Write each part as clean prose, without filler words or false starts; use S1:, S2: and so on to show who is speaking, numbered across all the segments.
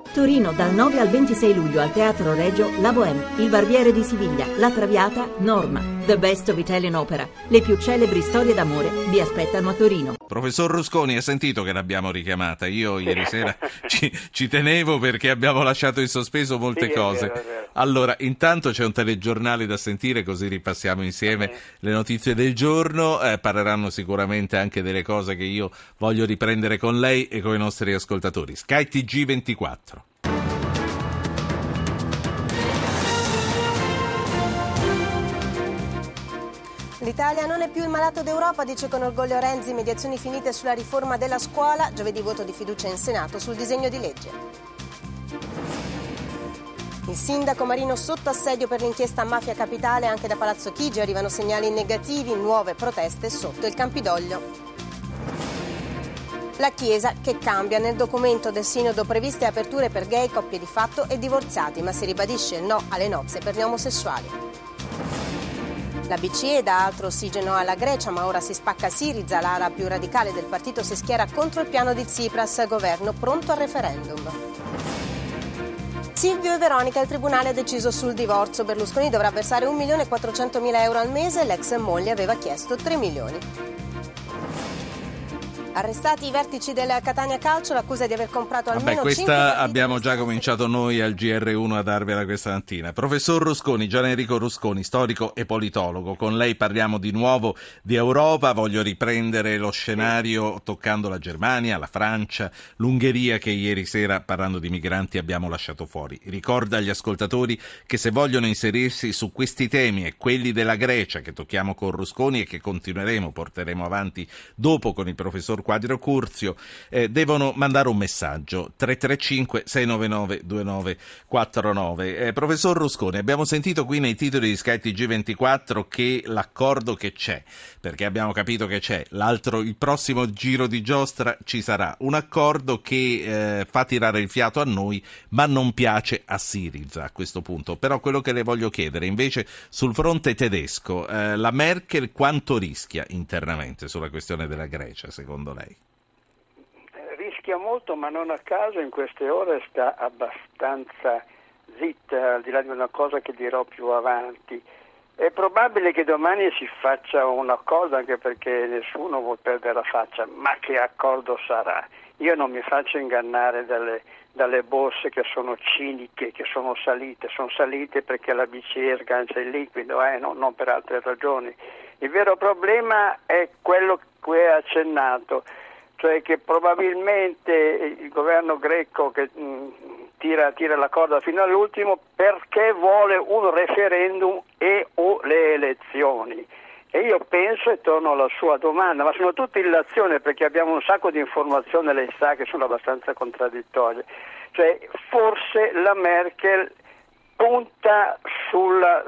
S1: Torino dal 9 al 26 luglio al Teatro Regio La Bohème, Il Barbiere di Siviglia, La Traviata, Norma, The Best of Italian Opera. Le più celebri storie d'amore vi aspettano a Torino.
S2: Professor Rusconi, ha sentito che l'abbiamo richiamata? Io ieri sera ci tenevo perché abbiamo lasciato in sospeso molte cose.
S3: È vero.
S2: Allora, intanto c'è un telegiornale da sentire, così ripassiamo insieme le notizie del giorno. Parleranno sicuramente anche delle cose che io voglio riprendere con lei e con i nostri ascoltatori. Sky TG24.
S4: L'Italia non è più il malato d'Europa, dice con orgoglio Renzi. Mediazioni finite sulla riforma della scuola. Giovedì voto di fiducia in Senato sul disegno di legge. Il sindaco Marino sotto assedio per l'inchiesta Mafia Capitale. Anche da Palazzo Chigi arrivano segnali negativi, nuove proteste sotto il Campidoglio. La Chiesa che cambia. Nel documento del Sinodo previste aperture per gay, coppie di fatto e divorziati, ma si ribadisce il no alle nozze per gli omosessuali. La BCE dà altro ossigeno alla Grecia, ma ora si spacca Siriza, l'ala più radicale del partito si schiera contro il piano di Tsipras, governo pronto al referendum. Silvio e Veronica, il tribunale ha deciso sul divorzio. Berlusconi dovrà versare 1.400.000 euro al mese, l'ex moglie aveva chiesto 3 milioni. Arrestati i vertici del Catania Calcio, l'accusa di aver comprato almeno 5
S2: questa abbiamo già cominciato noi al GR1 a darvela questa mattina. Professor Rusconi, Gian Enrico Rusconi, storico e politologo. Con lei parliamo di nuovo di Europa. Voglio riprendere lo scenario toccando la Germania, la Francia, l'Ungheria che ieri sera, parlando di migranti, abbiamo lasciato fuori. Ricorda agli ascoltatori che se vogliono inserirsi su questi temi e quelli della Grecia che tocchiamo con Rusconi e che porteremo avanti dopo con il professor Quadrio Curzio, devono mandare un messaggio 335 699 2949. Professor Rusconi, abbiamo sentito qui nei titoli di Sky TG24 che l'accordo che c'è, perché abbiamo capito che c'è il prossimo giro di giostra ci sarà un accordo che fa tirare il fiato a noi ma non piace a Syriza a questo punto. Però quello che le voglio chiedere invece sul fronte tedesco, la Merkel quanto rischia internamente sulla questione della Grecia secondo lei?
S3: Rischia molto, ma non a caso in queste ore sta abbastanza zitta, al di là di una cosa che dirò più avanti. È probabile che domani si faccia un accordo, anche perché nessuno vuol perdere la faccia, ma che accordo sarà? Io non mi faccio ingannare dalle borse che sono ciniche, che sono salite perché la BCE sgancia il liquido, non per altre ragioni. Il vero problema è quello cui è accennato, cioè che probabilmente il governo greco che tira la corda fino all'ultimo perché vuole un referendum o le elezioni. E io penso, e torno alla sua domanda, ma sono tutte illazioni perché abbiamo un sacco di informazioni, lei sa, che sono abbastanza contraddittorie. Cioè forse la Merkel punta su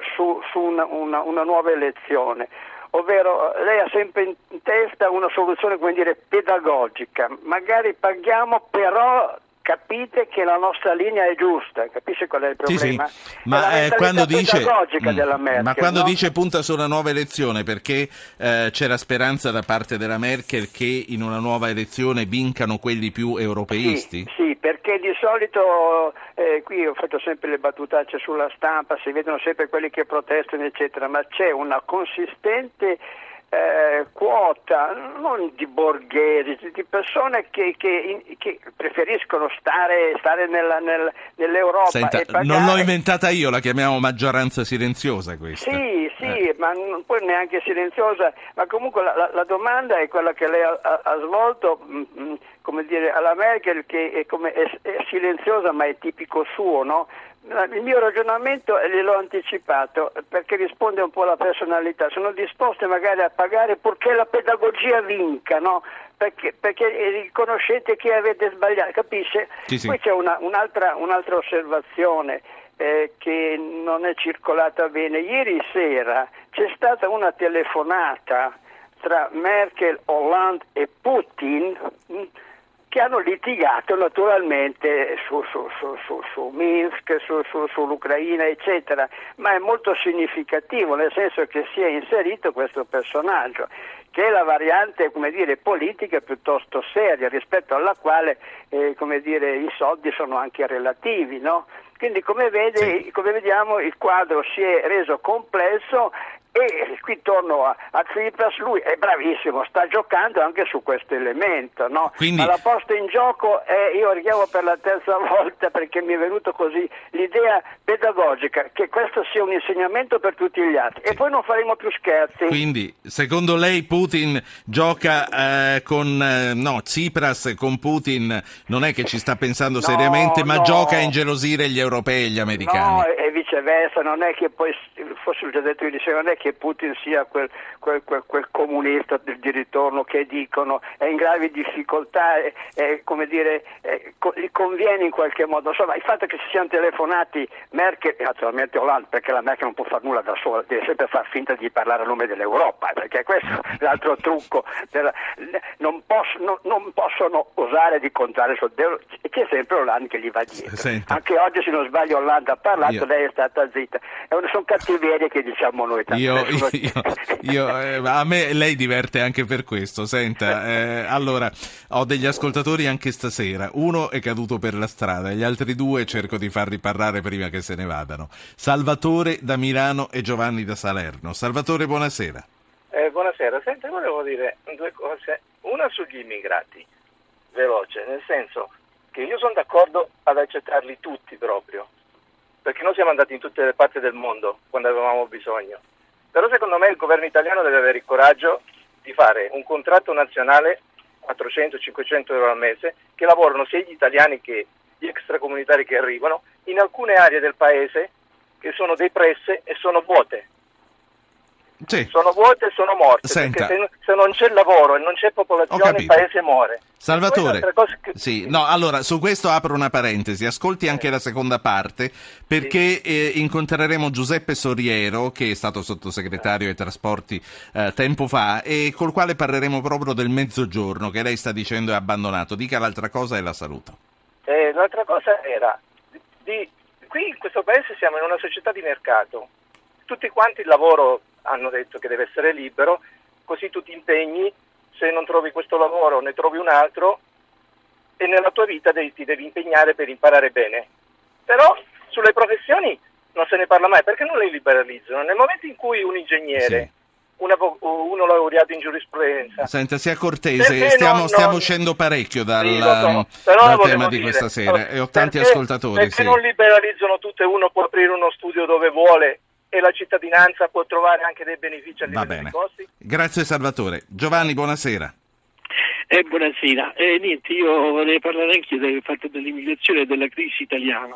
S3: una nuova elezione. Ovvero lei ha sempre in testa una soluzione, come dire, pedagogica. Magari paghiamo, però capite che la nostra linea è giusta, capisce qual è il problema?
S2: Sì. Ma quando dice
S3: della Merkel,
S2: ma quando
S3: no?
S2: dice punta su una nuova elezione, perché c'è la speranza da parte della Merkel che in una nuova elezione vincano quelli più europeisti?
S3: Sì, perché di solito qui ho fatto sempre le battutacce sulla stampa, si vedono sempre quelli che protestano eccetera, ma c'è una consistente quota non di borghesi, di persone che preferiscono stare nell'Europa.
S2: Senta,
S3: e pagare.
S2: Non l'ho inventata io, la chiamiamo maggioranza silenziosa questa.
S3: Sì, ma poi neanche silenziosa, ma comunque la domanda è quella che lei ha svolto, come dire, alla Merkel, che è silenziosa ma è tipico suo, no? Il mio ragionamento gliel'ho anticipato perché risponde un po' alla personalità. Sono disposte magari a pagare purché la pedagogia vinca, no? Perché riconoscete che avete sbagliato, capisce?
S2: Sì.
S3: Poi c'è un'altra osservazione che non è circolata bene. Ieri sera c'è stata una telefonata tra Merkel, Hollande e Putin che hanno litigato naturalmente su Minsk, sull'Ucraina, eccetera, ma è molto significativo nel senso che si è inserito questo personaggio che è la variante, come dire, politica piuttosto seria, rispetto alla quale, come dire, i soldi sono anche relativi, no? Quindi come vediamo il quadro si è reso complesso. E qui torno a Tsipras, lui è bravissimo, sta giocando anche su questo elemento, no?
S2: Quindi...
S3: Ma la posta in gioco io richiamo per la terza volta, perché mi è venuto così l'idea pedagogica che questo sia un insegnamento per tutti gli altri, e poi non faremo più scherzi.
S2: Quindi secondo lei Putin gioca Tsipras con Putin non è che ci sta pensando seriamente, ma gioca a ingelosire gli europei e gli americani.
S3: No, e viceversa, non è che poi, forse l'ho già detto ieri sera, non è che Putin sia quel comunista di ritorno che dicono è in gravi difficoltà, come dire, gli conviene in qualche modo. Insomma, il fatto che si siano telefonati Merkel e naturalmente Hollande, perché la Merkel non può fare nulla da sola, deve sempre far finta di parlare a nome dell'Europa, perché questo è l'altro trucco. Non possono osare di contare sul dedo, e c'è sempre Hollande che gli va dietro.
S2: Senta.
S3: Anche oggi, se non sbaglio, Hollande ha parlato, lei è stata zitta. Sono cattiverie che diciamo noi.
S2: A me lei diverte anche per questo. Senta, allora ho degli ascoltatori anche stasera. Uno è caduto per la strada, gli altri due cerco di farli parlare prima che se ne vadano. Salvatore da Milano e Giovanni da Salerno. Salvatore, buonasera.
S5: Buonasera, senta, volevo dire due cose. Una sugli immigrati, veloce, nel senso che io sono d'accordo ad accettarli tutti proprio, perché noi siamo andati in tutte le parti del mondo quando avevamo bisogno. Però secondo me il governo italiano deve avere il coraggio di fare un contratto nazionale 400-500 euro al mese, che lavorano sia gli italiani che gli extracomunitari che arrivano in alcune aree del paese che sono depresse e sono vuote.
S2: Sì.
S5: Sono vuote e sono morte.
S2: Senta,
S5: perché se non c'è lavoro e non c'è popolazione, il paese muore.
S2: Salvatore,
S5: che...
S2: allora su questo apro una parentesi, ascolti anche la seconda parte, perché incontreremo Giuseppe Soriero, che è stato sottosegretario ai trasporti tempo fa, e col quale parleremo proprio del mezzogiorno, che lei sta dicendo è abbandonato. Dica l'altra cosa e la saluto.
S5: L'altra cosa era, qui in questo paese siamo in una società di mercato, tutti quanti il lavoro hanno detto che deve essere libero, così tu ti impegni, se non trovi questo lavoro ne trovi un altro, e nella tua vita ti devi impegnare per imparare bene. Però sulle professioni non se ne parla mai, perché non le liberalizzano. Nel momento in cui un ingegnere, uno laureato in giurisprudenza...
S2: Senta, sia cortese, stiamo uscendo parecchio dal tema di questa sera, e ho tanti ascoltatori.
S5: Perché non liberalizzano tutto e uno può aprire uno studio dove vuole, e la cittadinanza può trovare anche dei benefici a livello dei costi?
S2: Grazie Salvatore. Giovanni, buonasera.
S6: Buonasera. Niente, io vorrei parlare anche del fatto dell'immigrazione e della crisi italiana.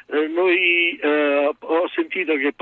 S6: Ho sentito che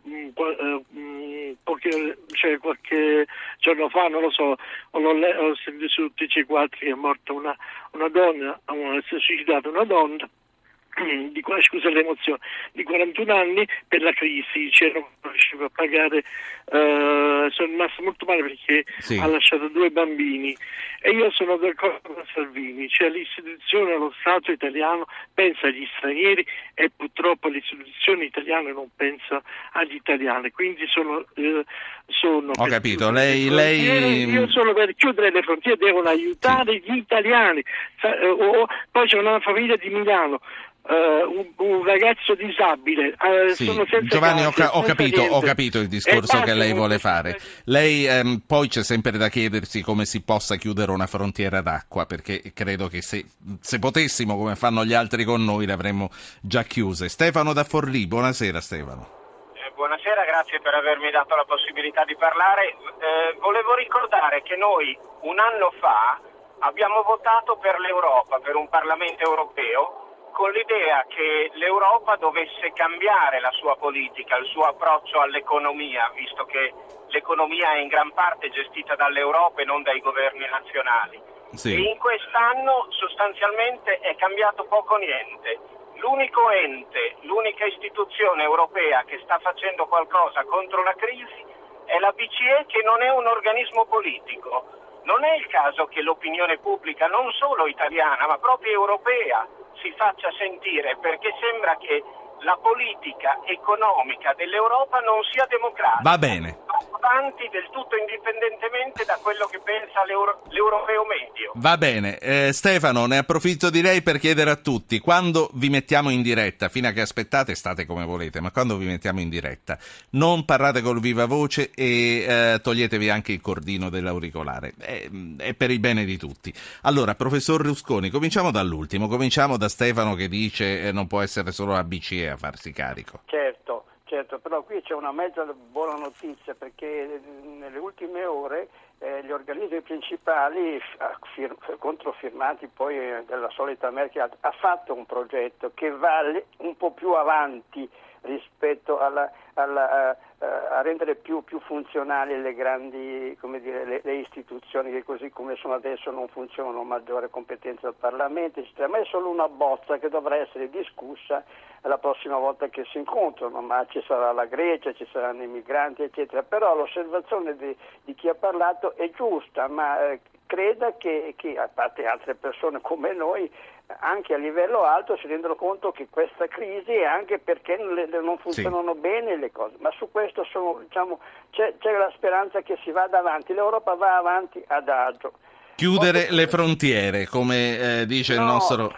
S6: qualche giorno fa, non lo so, ho sentito su TG4 che è morta una donna, si è suicidata una donna di 41 anni per la crisi, non riusciva a pagare, sono rimasto molto male perché ha lasciato 2 bambini, e io sono d'accordo con Salvini, cioè l'istituzione, lo Stato italiano pensa agli stranieri e purtroppo l'istituzione italiana non pensa agli italiani, quindi sono
S2: ho capito, lei
S6: io sono per chiudere le frontiere, devono aiutare gli italiani. Poi c'è una famiglia di Milano, un ragazzo disabile, sono senza
S2: Giovanni,
S6: casa,
S2: ho capito il discorso che lei vuole fare. Lei poi c'è sempre da chiedersi come si possa chiudere una frontiera d'acqua, perché credo che se potessimo, come fanno gli altri con noi, le avremmo già chiuse. Stefano da Forlì, buonasera Stefano.
S7: Buonasera, grazie per avermi dato la possibilità di parlare. Volevo ricordare che noi un anno fa abbiamo votato per l'Europa, per un Parlamento europeo, con l'idea che l'Europa dovesse cambiare la sua politica, il suo approccio all'economia, visto che l'economia è in gran parte gestita dall'Europa e non dai governi nazionali.
S2: Sì.
S7: E in quest'anno sostanzialmente è cambiato poco o niente. L'unico ente, l'unica istituzione europea che sta facendo qualcosa contro la crisi è la BCE, che non è un organismo politico. Non è il caso che l'opinione pubblica, non solo italiana, ma proprio europea, si faccia sentire, perché sembra che la politica economica dell'Europa non sia democratica.
S2: Va bene.
S7: avanti del tutto indipendentemente da quello che pensa l'europeo medio.
S2: Va bene, Stefano, ne approfitto di lei per chiedere a tutti, quando vi mettiamo in diretta, fino a che aspettate state come volete, ma quando vi mettiamo in diretta non parlate col viva voce e toglietevi anche il cordino dell'auricolare, è per il bene di tutti. Allora, professor Rusconi, cominciamo dall'ultimo, cominciamo da Stefano che dice non può essere solo la BCE a farsi carico.
S3: Certo, però qui c'è una mezza buona notizia, perché nelle ultime ore gli organismi principali, controfirmati poi dalla solita Merkel, ha fatto un progetto che va un po' più avanti rispetto a rendere più funzionali le grandi, come dire, le istituzioni che così come sono adesso non funzionano, maggiore competenza del Parlamento, eccetera. Ma è solo una bozza che dovrà essere discussa la prossima volta che si incontrano, ma ci sarà la Grecia, ci saranno i migranti, eccetera. Però l'osservazione di chi ha parlato è giusta, ma creda che a parte altre persone come noi, anche a livello alto si rendono conto che questa crisi è anche perché non funzionano bene le cose, ma su questo c'è la speranza che si vada avanti, l'Europa va avanti adagio.
S2: Chiudere le frontiere, come dice il nostro...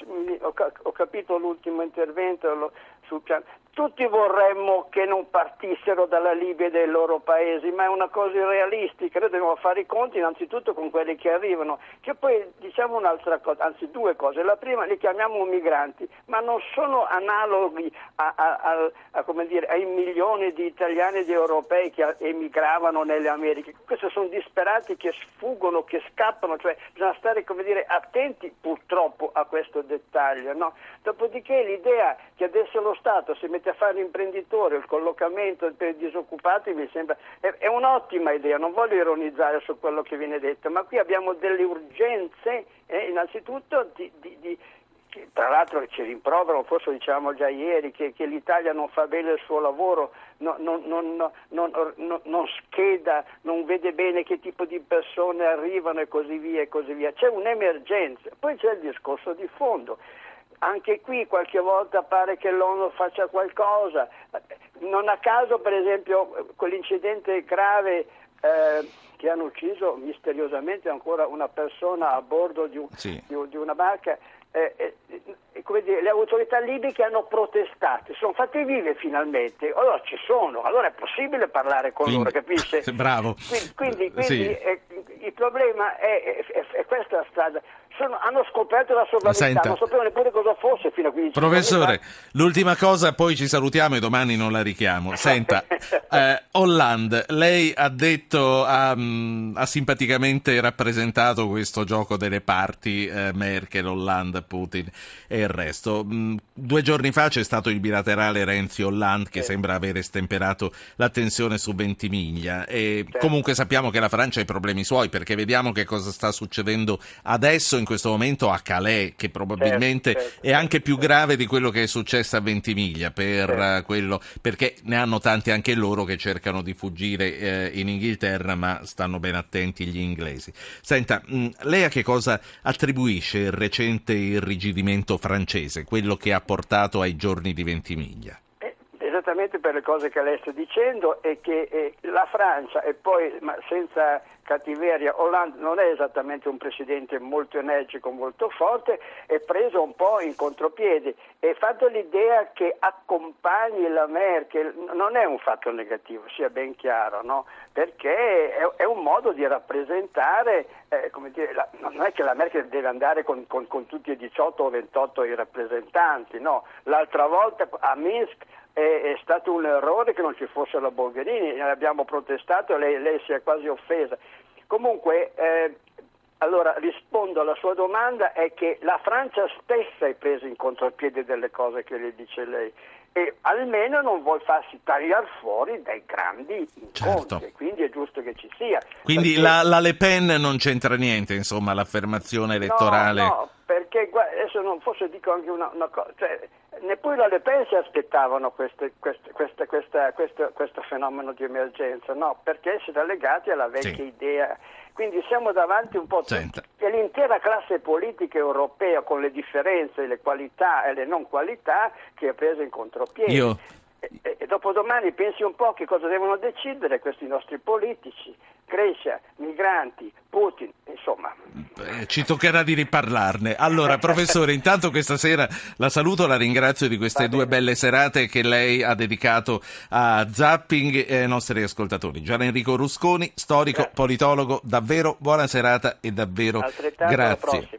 S3: Ho capito l'ultimo intervento sul piano. Tutti vorremmo che non partissero dalla Libia e dai loro paesi, ma è una cosa irrealistica. Noi dobbiamo fare i conti innanzitutto con quelli che arrivano, che poi diciamo un'altra cosa, anzi due cose. La prima, li chiamiamo migranti, ma non sono analoghi come dire, ai milioni di italiani e di europei che emigravano nelle Americhe. Questi sono disperati che sfuggono, che scappano, cioè bisogna stare, come dire, attenti purtroppo a questo dettaglio, no? Dopodiché l'idea che adesso lo Stato si mette a fare l'imprenditore, il collocamento per i disoccupati mi sembra è un'ottima idea, non voglio ironizzare su quello che viene detto, ma qui abbiamo delle urgenze, innanzitutto che, tra l'altro ci rimproverano, forse dicevamo già ieri, che l'Italia non fa bene il suo lavoro, non scheda, non vede bene che tipo di persone arrivano e così via e così via. C'è un'emergenza, poi c'è il discorso di fondo. Anche qui qualche volta pare che l'ONU faccia qualcosa, non a caso per esempio quell'incidente grave che hanno ucciso misteriosamente ancora una persona a bordo di una barca, come dire, le autorità libiche hanno protestato, sono fatte vive finalmente, allora ci sono, allora è possibile parlare con loro, capisce?
S2: Bravo.
S3: Quindi il problema è questa la strada. Hanno scoperto la sovranità, non sapevano neppure cosa fosse fino a 15
S2: Professore,
S3: anni fa.
S2: l'ultima cosa, poi ci salutiamo e domani non la richiamo. Senta, Hollande, lei ha detto, ha simpaticamente rappresentato questo gioco delle parti, Merkel, Hollande, Putin e il resto. 2 giorni fa c'è stato il bilaterale Renzi-Hollande che sembra avere stemperato la tensione su Ventimiglia e comunque sappiamo che la Francia ha i problemi suoi, perché vediamo che cosa sta succedendo adesso in questo momento a Calais, che probabilmente è anche più grave di quello che è successo a Ventimiglia, perché ne hanno tanti anche loro che cercano di fuggire in Inghilterra, ma stanno ben attenti gli inglesi. Senta, lei a che cosa attribuisce il recente irrigidimento francese, quello che ha portato ai giorni di Ventimiglia?
S3: Esattamente per le cose che lei sta dicendo, è che la Francia, e poi ma senza cattiveria, Hollande non è esattamente un presidente molto energico, molto forte, è preso un po' in contropiede e fatto l'idea che accompagni la Merkel non è un fatto negativo, sia ben chiaro, no? Perché è un modo di rappresentare, come dire, non è che la Merkel deve andare con tutti i 18 o 28 i rappresentanti, no? L'altra volta a Minsk è stato un errore che non ci fosse la Mogherini, ne abbiamo protestato e lei si è quasi offesa. Comunque, allora rispondo alla sua domanda, è che la Francia stessa è presa in contropiede delle cose che le dice lei e almeno non vuol farsi tagliare fuori dai grandi incontri, quindi è giusto che ci sia.
S2: Quindi
S3: perché...
S2: la Le Pen non c'entra niente, insomma, l'affermazione elettorale?
S3: No, perché adesso forse dico anche una cosa, cioè, neppure la Le Pen si aspettavano questo fenomeno di emergenza, no? Perché si era legati alla vecchia idea. Quindi siamo davanti un po' e l'intera classe politica europea, con le differenze, le qualità e le non qualità, che è presa in contropiede. dopodomani pensi un po' che cosa devono decidere questi nostri politici, Grecia, migranti, Putin, insomma.
S2: Ci toccherà di riparlarne. Allora, professore, intanto questa sera la saluto, la ringrazio di queste due belle serate che lei ha dedicato a Zapping e ai nostri ascoltatori. Gian Enrico Rusconi, storico, politologo, davvero buona serata e davvero grazie.